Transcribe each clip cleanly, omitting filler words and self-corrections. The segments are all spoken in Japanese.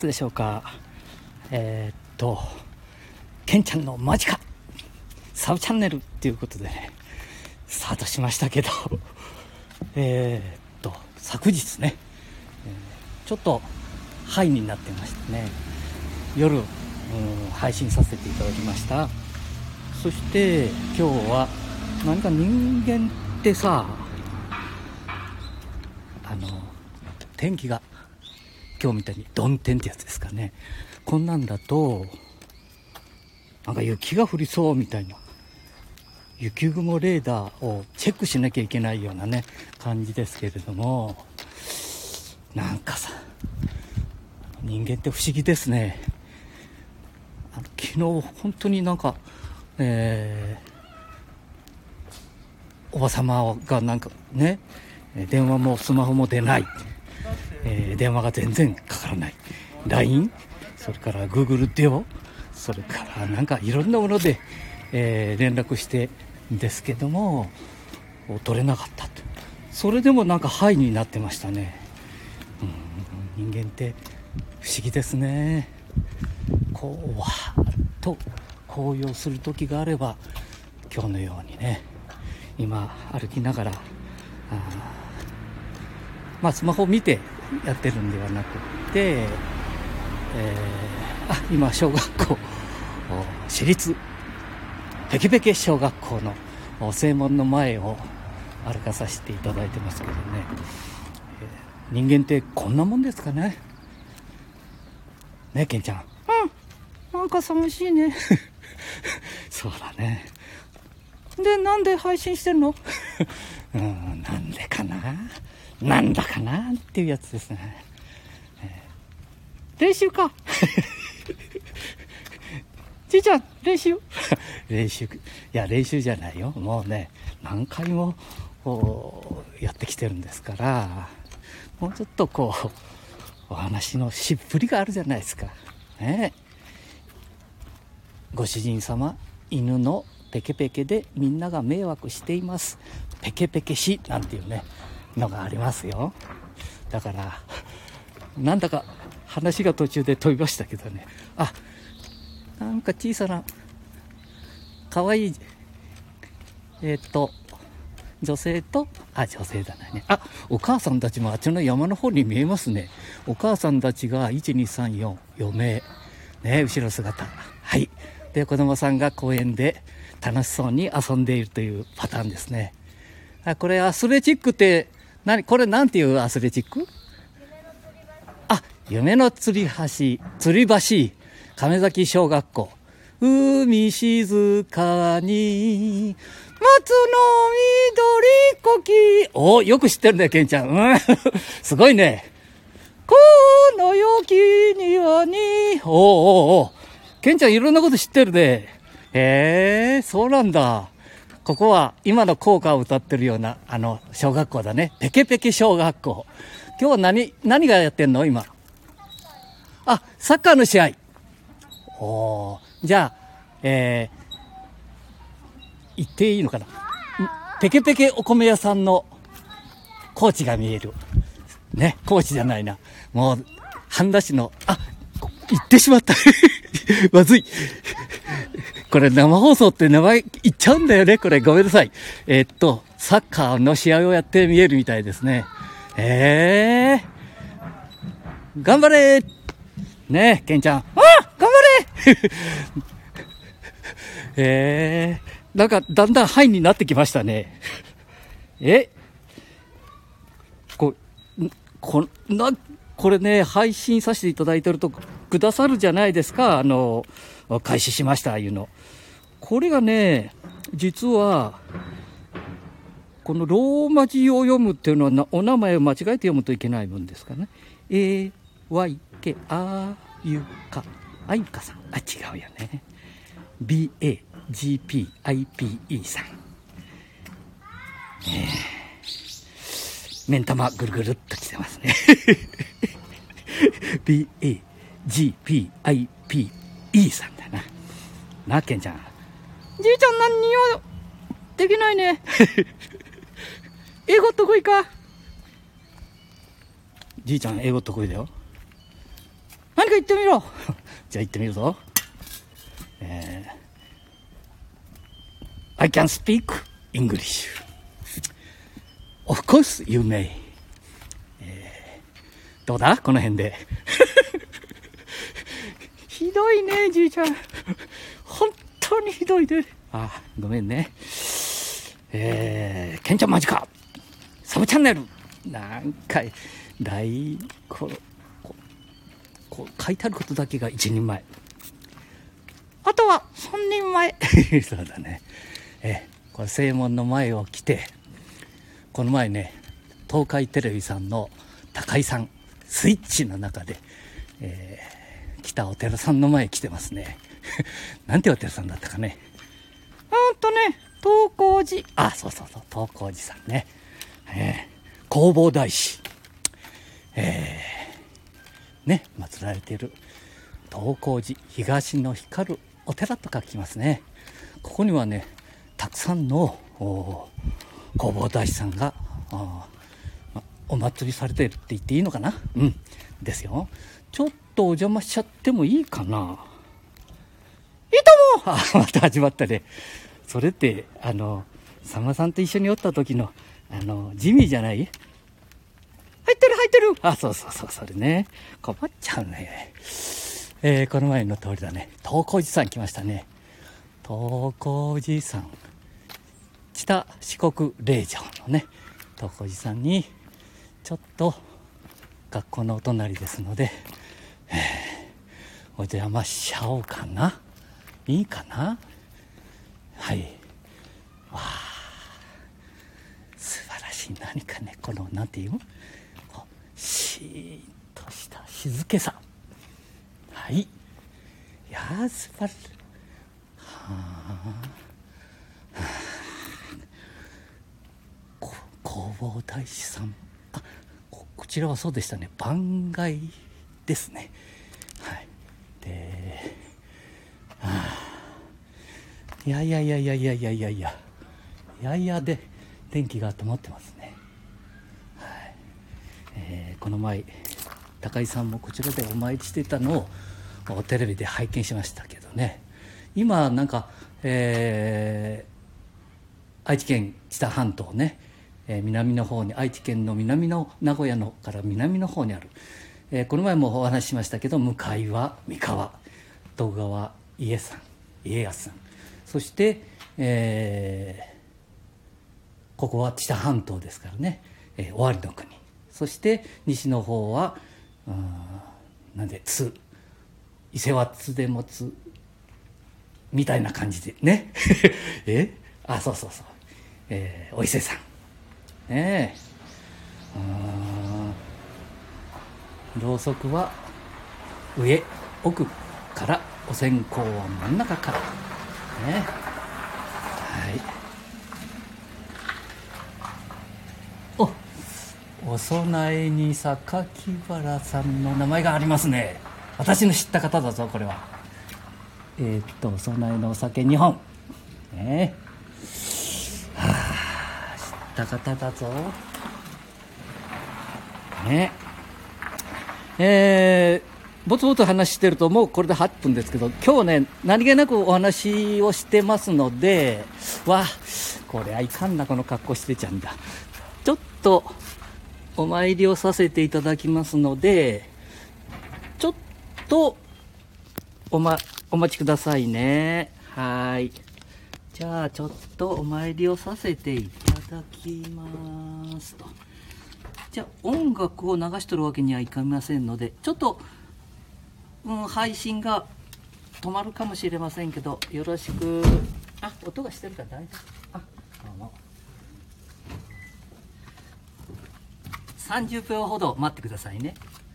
でしょうか。ケンちゃんのマジかサブチャンネルっていうことでね、スタートしましたけど昨日ね、ちょっとハイになってましてね、夜、配信させていただきました。そして今日は何か人間ってさ、天気が今日みたいに曇天ってやつですかね。こんなんだとなんか雪が降りそうみたいな、雪雲レーダーをチェックしなきゃいけないようなね感じですけれども、なんかさ、人間って不思議ですね。昨日本当になんか、おばさまがなんかね、電話もスマホも出ない、電話が全然かからない、 LINE、 それから Google デュオ、それからなんかいろんなもので、連絡してんですけども取れなかったと。それでもなんかハイになってましたね。人間って不思議ですね。こうわーっと高揚する時があれば、今日のようにね、今歩きながらスマホを見てやってるんではなくて、今小学校、私立ペケペケ小学校の正門の前を歩かさせていただいてますけどね、人間ってこんなもんですかね。ね、ケンちゃん。 なんか寂しいね。 そうだね。 で、なんで配信してんの？ なんでかな、なんだかなっていうやつですね。 練習か。じいちゃん、練習練習、いや練習じゃないよ。もうね、何回もやってきてるんですから、もうちょっとお話のしっぷりがあるじゃないですかね。ご主人様、犬のペケペケでみんなが迷惑しています、ペケペケしなんていうねのがありますよ。だからなんだか話が途中で飛びましたけどね、なんか小さなかわいい女性と女性だね。お母さんたちもあっちの山の方に見えますね。お母さんたちが1,2,3,4 4名ね、後ろ姿。はい。で、子供さんが公園で楽しそうに遊んでいるというパターンですね。これアスレチックってこれなんていうアスレチック？夢の吊り橋、亀崎小学校。海静かに松の緑こき。よく知ってるね、ケンちゃん。すごいね。この陽気にはに。ケンちゃんいろんなこと知ってるね。そうなんだ。ここは今の校歌を歌ってるような小学校だね。ペケペケ小学校。今日は何がやってんの今？サッカーの試合。じゃあ、言っていいのかな。ペケペケお米屋さんのコーチが見えるね。コーチじゃないな、もう半田市の言ってしまったまずい。これ生放送って名前言っちゃうんだよね。これごめんなさい。サッカーの試合をやって見えるみたいですね。頑張れね、ケンちゃん。 頑張れなんかだんだんハイになってきましたね。これね、配信させていただいてるとくださるじゃないですか。開始しましたいうの。これがね、実はこのローマ字を読むっていうのはお名前を間違えて読むといけないもんですかね。AYK あゆか、あゆかさん。違うよね。BAGPIPE さん。目ん玉ぐるぐるっときてますね。BAGPIPE さんだな。ケンちゃん。 じいちゃん何にもできないね。英語得意か？ じいちゃん英語得意だよ。 何か言ってみろ。 じゃあ言ってみるぞ。I can speak English. Of course you may. どうだこの辺で。 ひどいね、じいちゃん。本当にひどいね。 あ、ごめんね。ケンちゃんマジか。サブチャンネル。なんかこう書いてあることだけが一人前。 あとは3人前。 そうだね。これ正門の前を来て、この前ね、東海テレビさんの高井さんスイッチの中で、来たお寺さんの前来てますね。なんてお寺さんだったかね。 東光寺。 あ、そう東光寺さんね。弘法大師。ね、祀られている東光寺、東の光るお寺と書きますね。ここにはね、たくさんの弘法大師さんがお祭りされているって言っていいのかな。ですよ。ちょっとお邪魔しちゃってもいいかな。 いいとも。 また始まったね。それってさんまさんと一緒におった時のジミーじゃない？ 入ってる。 あ、そうそれね。困っちゃうね。この前の通りだね。東光寺さん来ましたね。東光寺さん、北四国霊場のね、東光寺さんにちょっと学校のお隣ですので、お邪魔しちゃおうかな。いいかな。はい。わあ、素晴らしい。何かね、このなんていうシーンとした静けさ。はい。いやー、素晴らしい。弘法大師さん。こちらはそうでしたね。番外ですね。はい。で、いやで電気が止まってますね。はい。この前高井さんもこちらでお参りしていたのをテレビで拝見しましたけどね。今なんか、愛知県知多半島ね、南の方に、愛知県の南の名古屋のから南の方にある、この前もお話ししましたけど、向かいは三河、東側家康さん、そして、ここは知多半島ですからね、尾張の国、そして西の方はなんで伊勢は津でも津みたいな感じでね。そう、お伊勢さんね。ろうそくは奥からお線香は真ん中からね。はい。お供えに榊原さんの名前がありますね。私の知った方だぞ、これは。お供えのお酒2本ね。知った方だぞね。ぼつぼつ話してるともうこれで8分ですけど、今日ね何気なくお話をしてますので、これはいかんな、この格好してちゃうんだ。ちょっとお参りをさせていただきますので、ちょっとお待ちくださいね。はい。じゃあちょっとお参りをさせていただきますと。じゃあ音楽を流しとるわけにはいかませんので、ちょっと、配信が止まるかもしれませんけど、よろしく。音がしてるから大丈夫。どうも。30秒ほど待ってくださいね。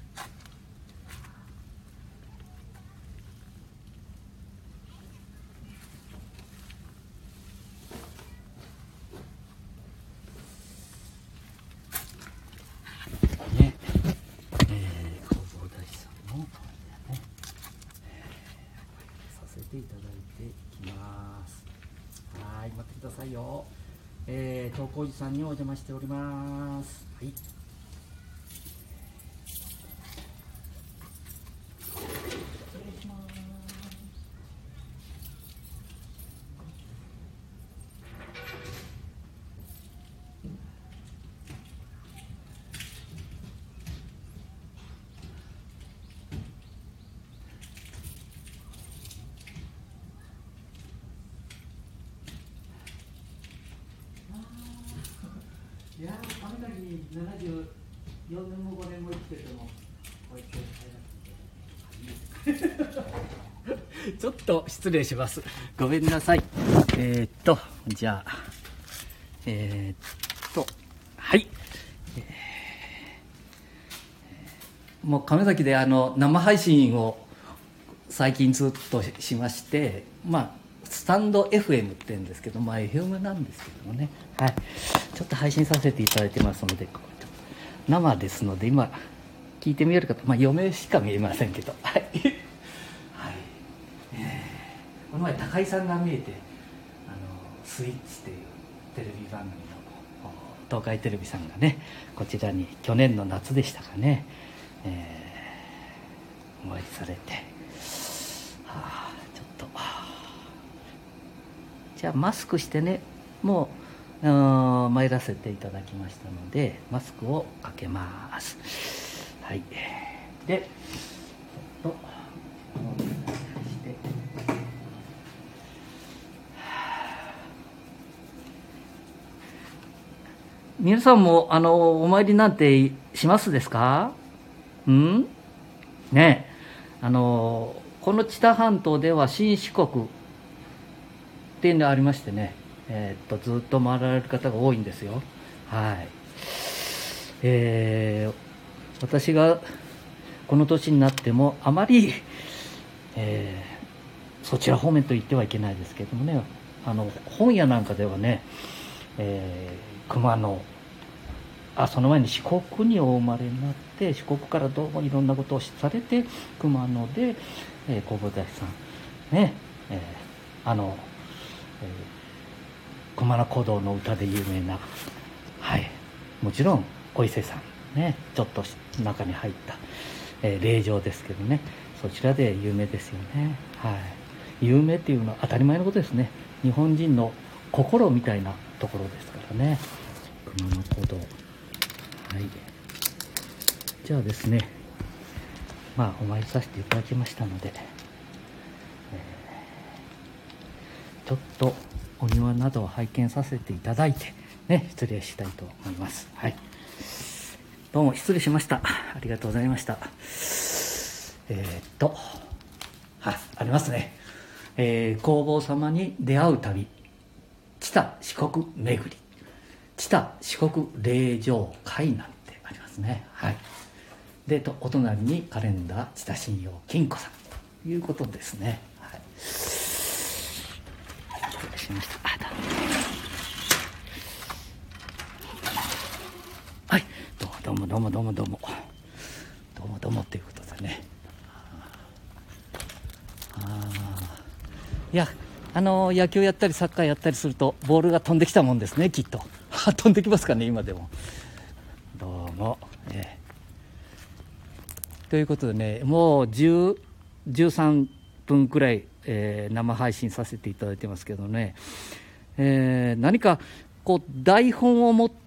いただいていきます。はい、待ってくださいよ。東光寺さんにお邪魔しております。はい。 74年も5年も生きててもこうやってちょっと失礼します。ごめんなさい。じゃあはい、もう亀崎で生配信を最近ずっとしまして、スタンド FM って言うんですけど、FM なんですけどもね、はい、ちょっと配信させていただいてますので、生ですので今聞いてみえる方、余命しか見えませんけど、はい、はい、この前高井さんが見えてスイッチっていうテレビ番組の東海テレビさんがね、こちらに去年の夏でしたかね、お参りされて、ちょっとじゃあマスクしてね、もう参らせていただきましたのでマスクをかけます。はい、でちょっと皆さんもお参りなんてしますですか？ねえ、この知多半島では新四国っていうのがありましてね、ずっと回られる方が多いんですよ。はい、私がこの年になってもあまり、そちら方面と言ってはいけないですけどもね、本屋なんかではね、熊野、その前に四国にお生まれになって、四国からどうもいろんなことをされて熊野で弘法大師さんね、熊野古道の歌で有名な、はい、もちろんお伊勢さんね、ちょっと中に入った、霊場ですけどね、そちらで有名ですよね。はい、有名っていうのは当たり前のことですね。日本人の心みたいなところですからね、熊野古道。はい、じゃあですね、お参りさせていただきましたので、ちょっとお庭などを拝見させていただいて、ね、失礼したいと思います。はい、どうも失礼しました。ありがとうございました。ありますね。弘法様に出会う旅、知多四国巡り、知多四国霊場会なんてありますね。はい、でお隣にカレンダー知多信用金庫さんということですね。はい、失礼しました。はい、どうもっていうことでね。いや、野球やったりサッカーやったりするとボールが飛んできたもんですね、きっと。飛んできますかね、今でも。どうも、ということでね、もう13分くらい、生配信させていただいてますけどね、何かこう台本を持って、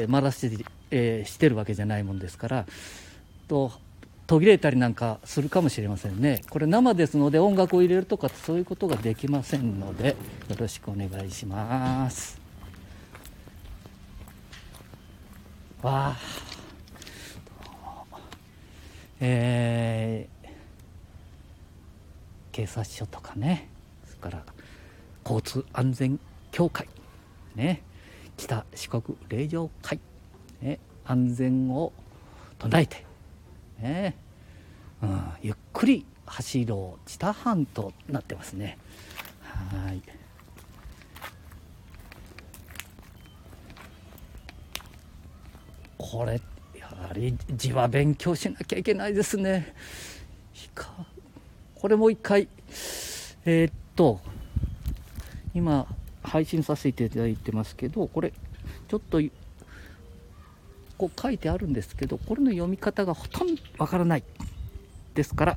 回らせて、してるわけじゃないもんですから途切れたりなんかするかもしれませんね。これ生ですので音楽を入れるとかそういうことができませんので、よろしくお願いします。警察署とかね、それから交通安全協会ね、北四国霊場会ね、安全を唱えてね、ゆっくり走ろう知多半島になってますね。はい、これやはり字は勉強しなきゃいけないですね。これもう一回今配信させていただいてますけど、これちょっとこう書いてあるんですけど、これの読み方がほとんどわからないですから、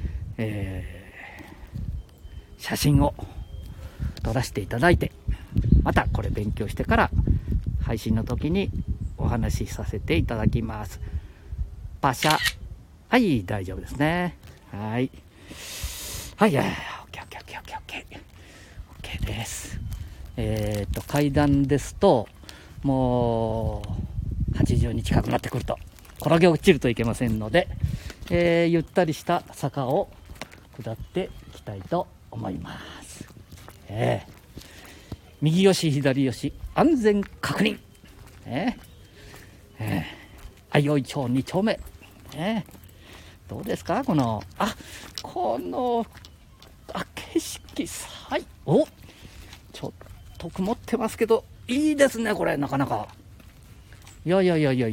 写真を撮らせていただいて、またこれ勉強してから配信の時にお話しさせていただきます。パシャ。はい、大丈夫ですね。はい、はい、OK です。階段ですともう 80に近くなってくると転げ落ちるといけませんので、ゆったりした坂を下っていきたいと思います。右よし左よし安全確認、相生町2丁目、どうですかこの景色ちょっと曇ってますけどいいですねこれなかなか。いや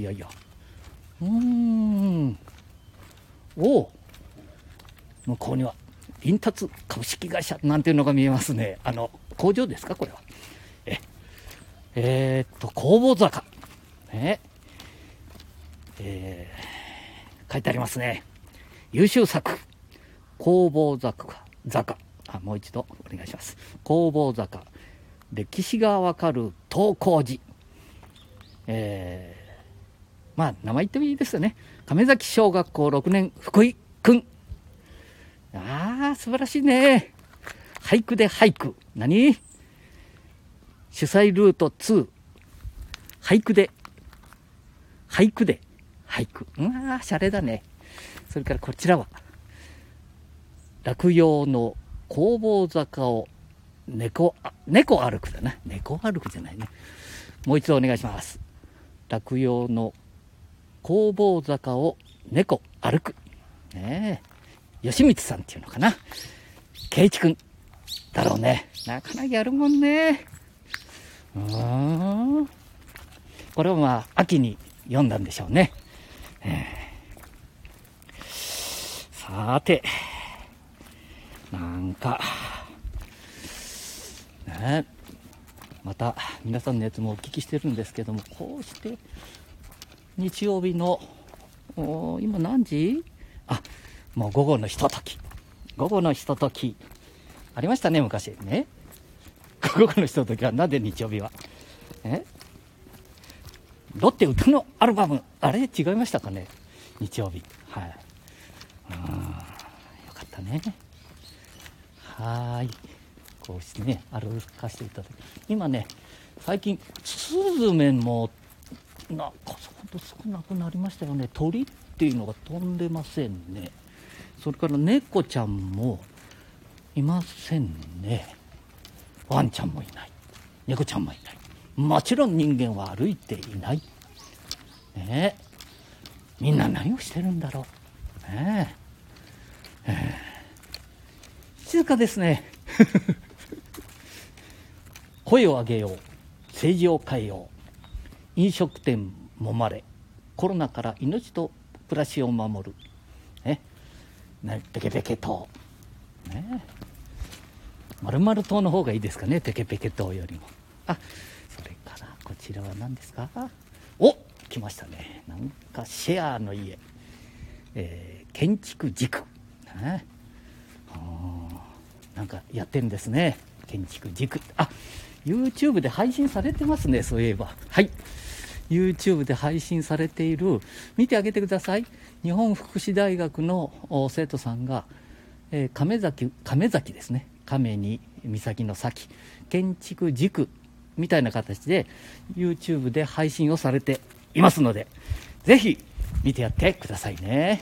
向こうには林達株式会社なんていうのが見えますね。工場ですかこれは。工房坂、書いてありますね。優秀作工房坂、もう一度お願いします。工房坂、歴史がわかる東光寺、名前言ってもいいですよね。亀崎小学校6年福井くん。素晴らしいね。俳句で俳句。主催ルート2。俳句で俳句。シャレだね。それからこちらは落葉の工房坂を猫歩くだな。猫歩くじゃないね。もう一度お願いします。落葉の工房坂を猫歩く。吉光さんっていうのかな。圭一くんだろうね。なかなかやるもんね。これは秋に読んだんでしょうね。さてなんかまた皆さんのやつもお聞きしてるんですけども、こうして日曜日の今何時？もう午後のひとときありましたね昔ね。午後のひとときはなんで日曜日はロッテ歌のアルバムあれ違いましたかね日曜日。よかったね。こうしてね歩かせていただき、今ね最近スズメもなんか少なくなりましたよね。鳥っていうのが飛んでませんね。それから猫ちゃんもいませんね。ワンちゃんもいない、猫ちゃんもいない、もちろん人間は歩いていない、みんな何をしてるんだろう、静かですね声を上げよう、政治を変えよう、飲食店もまれ、コロナから命と暮らしを守る、ペケペケ島、丸々島の方がいいですかね、ペケペケ島よりも。それからこちらは何ですか。来ましたね。なんかシェアの家、建築軸、なんかやってるんですね。建築軸、YouTube で配信されてますね。そういえばYouTube で配信されている、見てあげてください。日本福祉大学の生徒さんが、亀崎ですね。亀に岬の崎、建築軸みたいな形で YouTube で配信をされていますので、ぜひ見てやってくださいね。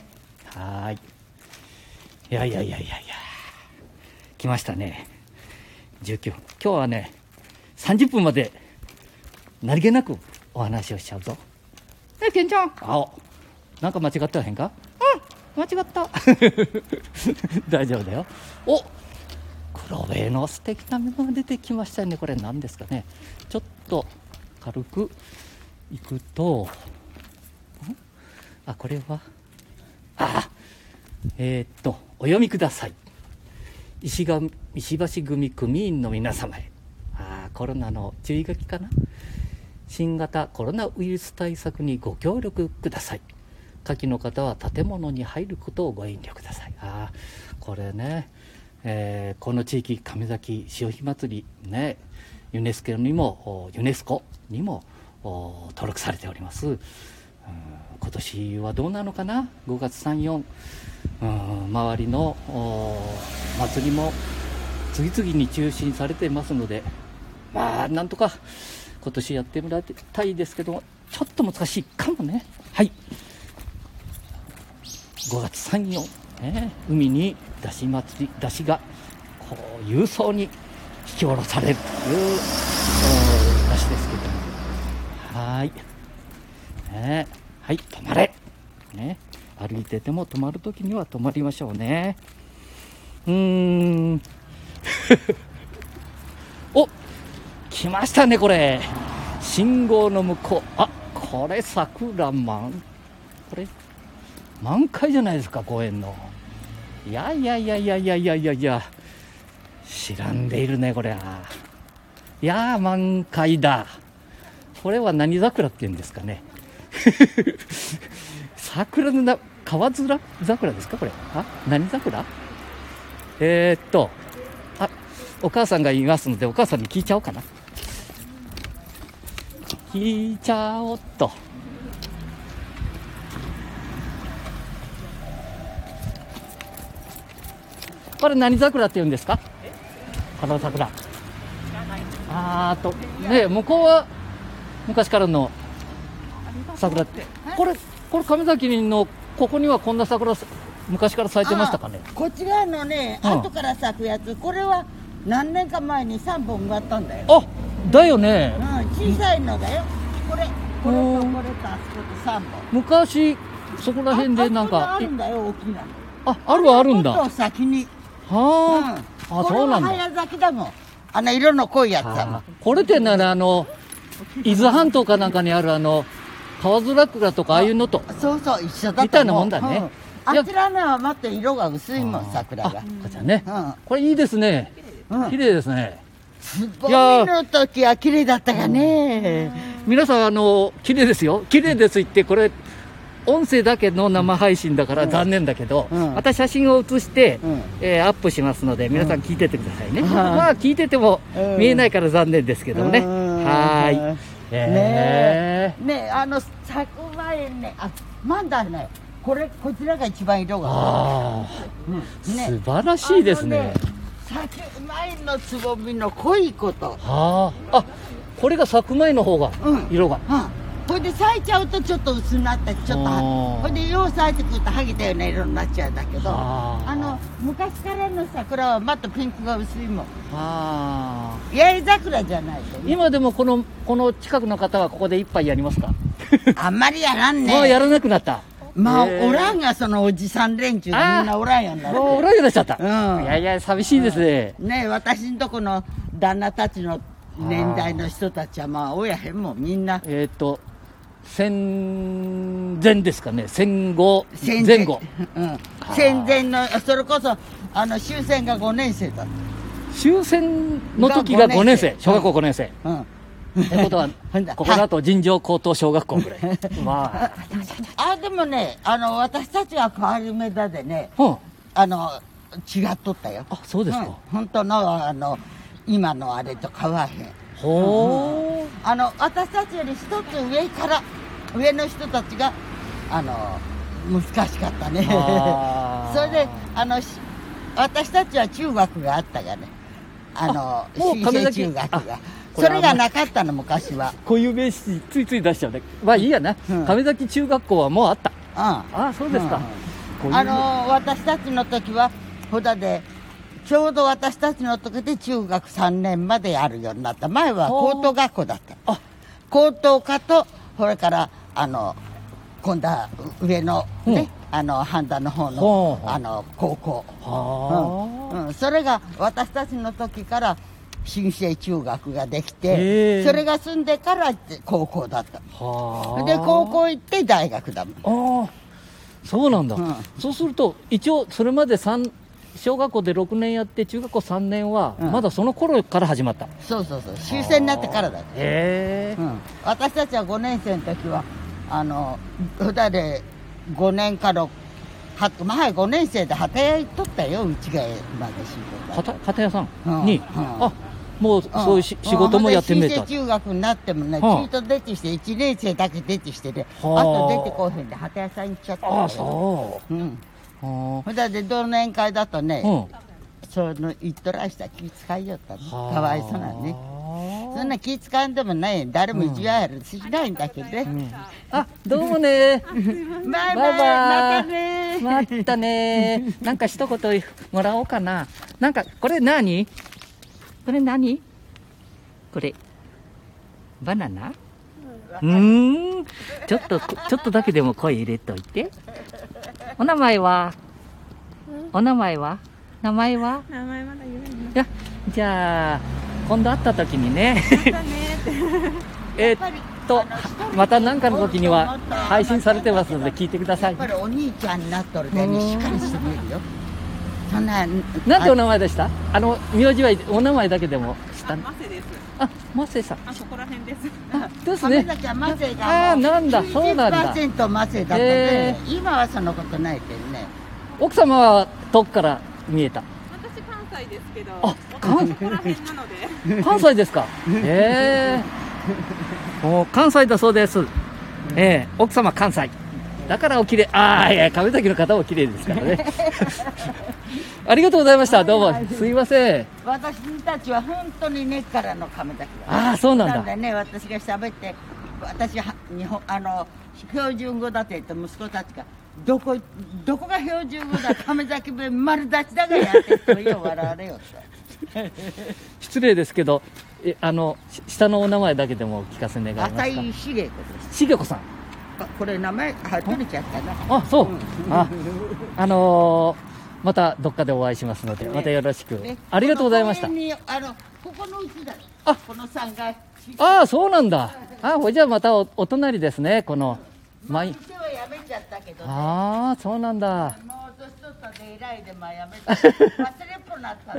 いや来ましたね。19分。今日はね30分まで何気なくお話をしちゃうぞ。 ケンちゃん。 なんか間違ってはへんか。 間違った大丈夫だよ。黒部の素敵なものが出てきましたよね。これ何ですかね。ちょっと軽くいくと、これはお読みください。石橋組組員の皆様へ。コロナの注意書きかな。新型コロナウイルス対策にご協力ください。下記の方は建物に入ることをご遠慮ください。これね、この地域亀崎潮干祭りね、ユネスコにも登録されております。今年はどうなのかな。5月3、4、周りの祭りも次々に中止されていますので、なんとか今年やってもらいたいですけど、 ちょっと難しいかもね。はい。5月3、4、海に出汁がこう勇壮に引き下ろされるという出汁ですけども。はい。はい、止まれ。歩いてても止まるときには止まりましょうね。お、来ましたねこれ。信号の向こう。あ、これ桜これ満開じゃないですか、公園の。いや知らんでいるねこれは。いやー、満開だ。これは何桜っていうんですかね。桜の川面桜ですかこれ。何桜？お母さんがいますので、お母さんに聞いちゃおうかな。聞いちゃおっと。これ何桜って言うんですか？この桜。向こうは昔からの桜って。これ亀崎のここにはこんな桜昔から咲いてましたかね？ こっち側のね、後から咲くやつ、これは何年か前に3本植わったんだよ。 あ、だよね。 小さいのだよ。これとこれとあそこと3本。 昔そこら辺でなんかあるんだよ、大きな。 あるんだ。 もっと先に。 そうなんだ。 これは早咲きだもん。色の濃いやつだもん。 これってなら伊豆半島かなんかにある河津桜とかああいうのとそう一緒だみたいなもんだね。 あちらのはまた色が薄いもん、桜が。 こちらね。これいいですね。綺麗ですね。 つぼみの時は綺麗だったかね。 皆さん綺麗ですよ。綺麗です言ってこれ音声だけの生配信だから残念だけど、また写真を写して、アップしますので皆さん聞いててくださいね。まあ聞いてても見えないから残念ですけどもね。はい。 咲く前ね、まだね、こちらが一番色が素晴らしいですね。 咲く前のつぼみの濃いこと。 これが咲く前の方が色が。 これで咲いちゃうとちょっと薄くなったり、ちょっとこれでよう咲いてくるとはげたような色になっちゃうんだけど、昔からの桜はまたピンクが薄いもん。八重桜じゃないとね。 今でもこの近くの方はここで一杯やりますか？ あんまりやらんね。 もうやらなくなった。 おらんが、そのおじさん連中がみんなおらんようになって。 おらんようになっちゃった。いや寂しいですね。 私んとこの旦那たちの年代の人たちはおやへんもみんな戦前ですかね。戦後前後。 戦前の、それこそ終戦が5年生だった。 終戦の時が5年生、小学校5年生。ってことはここだと尋常高等小学校ぐらい。 でもね、私たちは変わり目だでね、違っとったよ。 そうですか。 本当の今のあれと変わへん。私たちより一つ上の人たちが難しかったね。それで私たちは中学があったがね、新生中学が。それがなかったの、昔は。 こういう名詞ついつい出しちゃうね。まあいいやな。亀崎中学校はもうあった。そうですか。 私たちの時はちょうど私たちの時で中学3年までやるようになった。前は高等学校だった。高等科と、それから今度は上のね、半田の方の高校。それが私たちの時から新生中学ができて、それが済んでから高校だった。で高校行って大学だもん。 そうなんだ。そうすると一応それまで小学校で6年やって中学校3年はまだその頃から始まった。 そう終戦になってからだ。私たちは5年生の時は5年から前5年生で旗屋行っとったよ。うちがまで仕事。 旗屋さんにもうそういう仕事もやってみた。 新生中学になってもね、中途出てして1年生だけ出てしてね、あと出てこうへんで旗屋さん行っちゃった。で同年会だとね、その言っとらした気使いよったね。かわいそうなね。 そんな気使んでもない誰も意地悪しないんだけどね、 あ、どうもね。 バイバイ、 バイバイまたね。 またね。なんか一言もらおうかな。なんか、これ何？これ何？これ。バナナ？ちょっとだけでも声入れといて。お名前は？お名前は？名前は？ 名前まだ言えないの。 いや、じゃあ、今度会った時にね。 またねって。 また何かの時には配信されてますので聞いてください。 やっぱりお兄ちゃんになっとるでね、しっかりしてみるよ。そんな。 なんてお名前でした？名字はお名前だけでもしたマセです。 あ、マセさん。 あ、そこら辺です。 ですね。 亀崎はマセがああ、なんだ、そうなんだ。 90% マセだったで、今はそんなことないけどね。 奥様は遠くから見えた。 私関西ですけど、 あ、 そこら辺なので。 関西ですか。もう関西だそうです。奥様関西。だからお綺麗。いや、亀崎の方も綺麗ですからね。ありがとうございました。どうも。すいません。 私たちは本当に根っからの亀崎だ。 ああ、そうなんだ。 なんでね、私が喋って、私は日本標準語だって言って息子たちがどこが標準語だ、亀崎弁丸出しだがやってるよ笑われよって。 失礼ですけど、下のお名前だけでもお聞かせ願いますか。 浅井茂子です。 茂子さん。 これ名前取れちゃったな。 あ、そう。またどっかでお会いしますので、またよろしく。ありがとうございました。 ここのうちだ。この3階。 ああ、そうなんだ。じゃあまたお隣ですね、この。 店はやめちゃったけどね。 ああ、そうなんだ。 もう年取ったで偉いでやめた。忘れっぽなったで。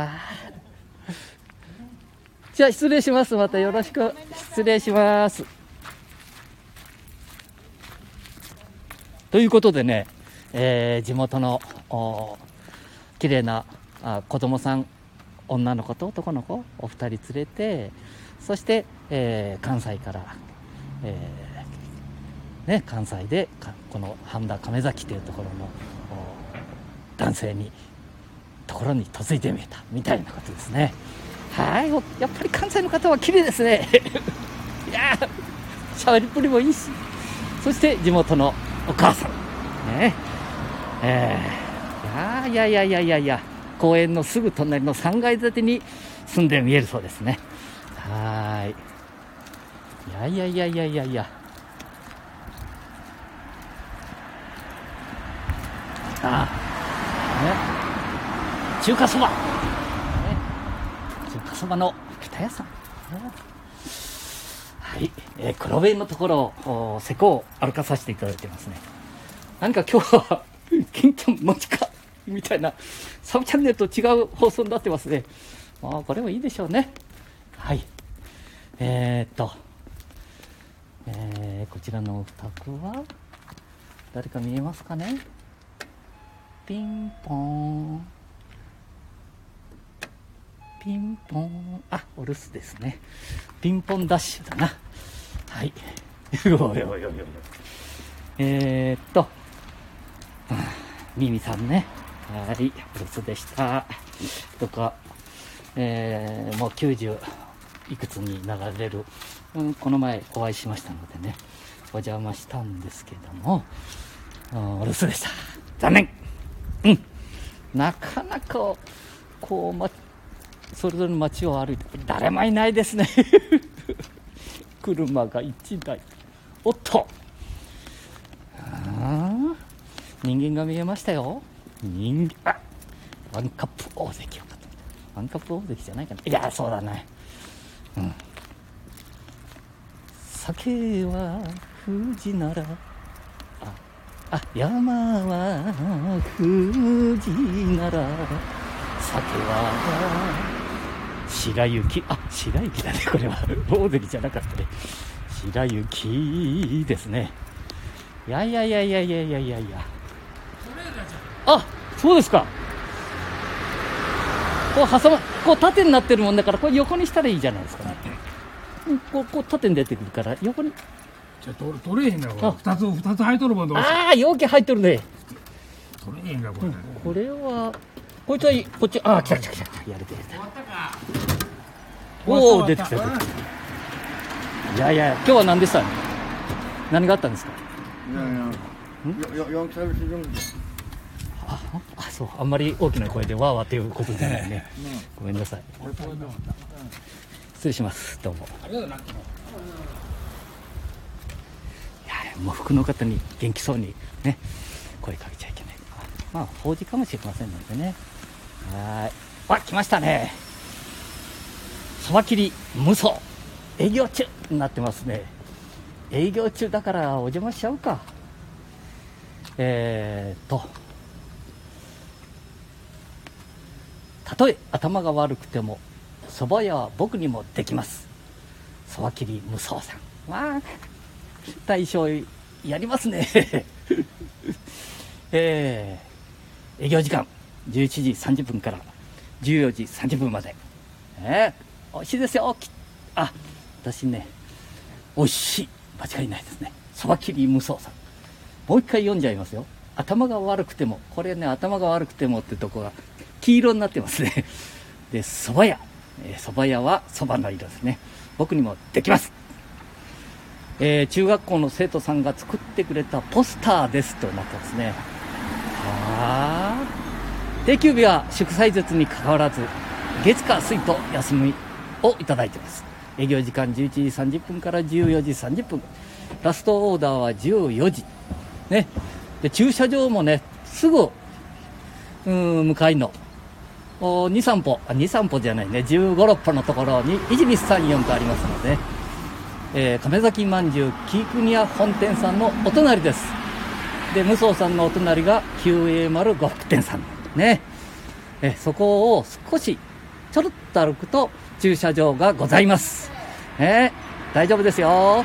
じゃあ失礼します。またよろしく。失礼します。ということでね、地元の綺麗な子供さん、女の子と男の子お二人連れて、そして、関西から、関西でこの半田亀崎というところの男性にところに嫁いでみえたみたいなことですね。はい、やっぱり関西の方は綺麗ですね。いやー、喋りっぷりもいいし、そして地元のお母さんね、いや公園のすぐ隣の3階建てに住んで見えるそうですね。はい、いや中華そば、中華そばの北屋さん、はい、黒部のところを施工を歩かさせていただいてますね。何か今日は金ちゃん持ちかみたいなサブチャンネルと違う放送になってますね。これもいいでしょうね。はい、こちらのお宅は誰か見えますかね。ピンポンピンポン、お留守ですね。ピンポンダッシュだな。はい。ミミさんね。はい、お留守でした。とか、もう90いくつになられる、この前お会いしましたのでね、お邪魔したんですけども、お留守でした。残念。なかなかこう、それぞれの街を歩いて誰もいないですね。車が1台。おっと、人間が見えましたよ。ワンカップ大関をかと。ワンカップ大関じゃないかな。いや、そうだね。酒は富士なら、山は富士なら、酒は白雪。白雪だね、これは。大関じゃなかったね。白雪ですね。いや。そうですか。こう縦になってるもんだから、これ横にしたらいいじゃないですかね。こう縦に出てくるから、横に。 じゃ取れへんが、2つ入っとるもんどう容器入っとるね。 取れへんが、これ。 これは、こいつはいい。こっち、来た。やれてる。 おお、出てきた、出てきた。いやいや、今日は何でしたね。何があったんですか。あ、そう、あんまり大きな声でわーわーということじゃないね。ごめんなさい。失礼します。どうも。いや、もう服の方に元気そうにね、声かけちゃいけない。まあ、法事かもしれませんのでね。はい。あ、来ましたね。そば切り無双営業中になってますね。営業中だからお邪魔しちゃうか。たとえ頭が悪くてもそば屋は僕にもできます。そば切り無双さん、わあ、大将やりますね。営業時間11時30分から14時30分まで。美味しいですよ。あ、私ね、美味しい、間違いないですね。そば切り無双さん、もう一回読んじゃいますよ。頭が悪くても、これね、頭が悪くてもってとこが黄色になってますね。で、そば屋、そば屋はそばの色ですね。僕にもできます。中学校の生徒さんが作ってくれたポスターですとなってますね。定休日は祝祭日に関わらず月火水と休みをいただいています。営業時間11時30分から14時30分、ラストオーダーは14時ね。で、駐車場もね、すぐ向かいの2、3歩、2、3歩じゃないね、15、6歩のところに1234とありますので、亀崎まんじゅう紀伊国屋本店さんのお隣です。で、無双さんのお隣が 9A0 呉服店さんね。そこを少しちょろっと歩くと駐車場がございます。大丈夫ですよ。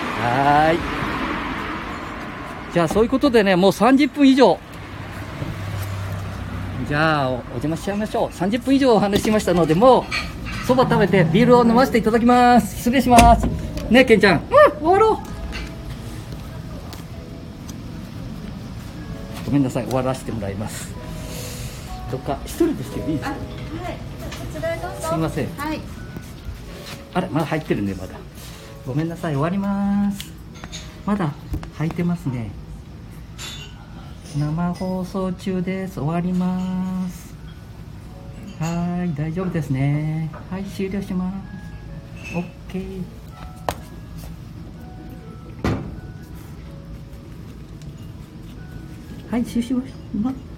じゃあ、そういうことでね、もう30分以上、じゃあお邪魔しちゃいましょう。30分以上お話ししましたので、もうそば食べてビールを飲ませていただきます。失礼しますね。ケンちゃん、終わろう。ごめんなさい、終わらせてもらいます。どっか一人でしていいですか。すいません。あれ、まだ入ってるね。まだごめんなさい、終わります。まだ入ってますね。生放送中です。終わります。はい、大丈夫ですね。はい、終了します。 OK。 はい、終了します。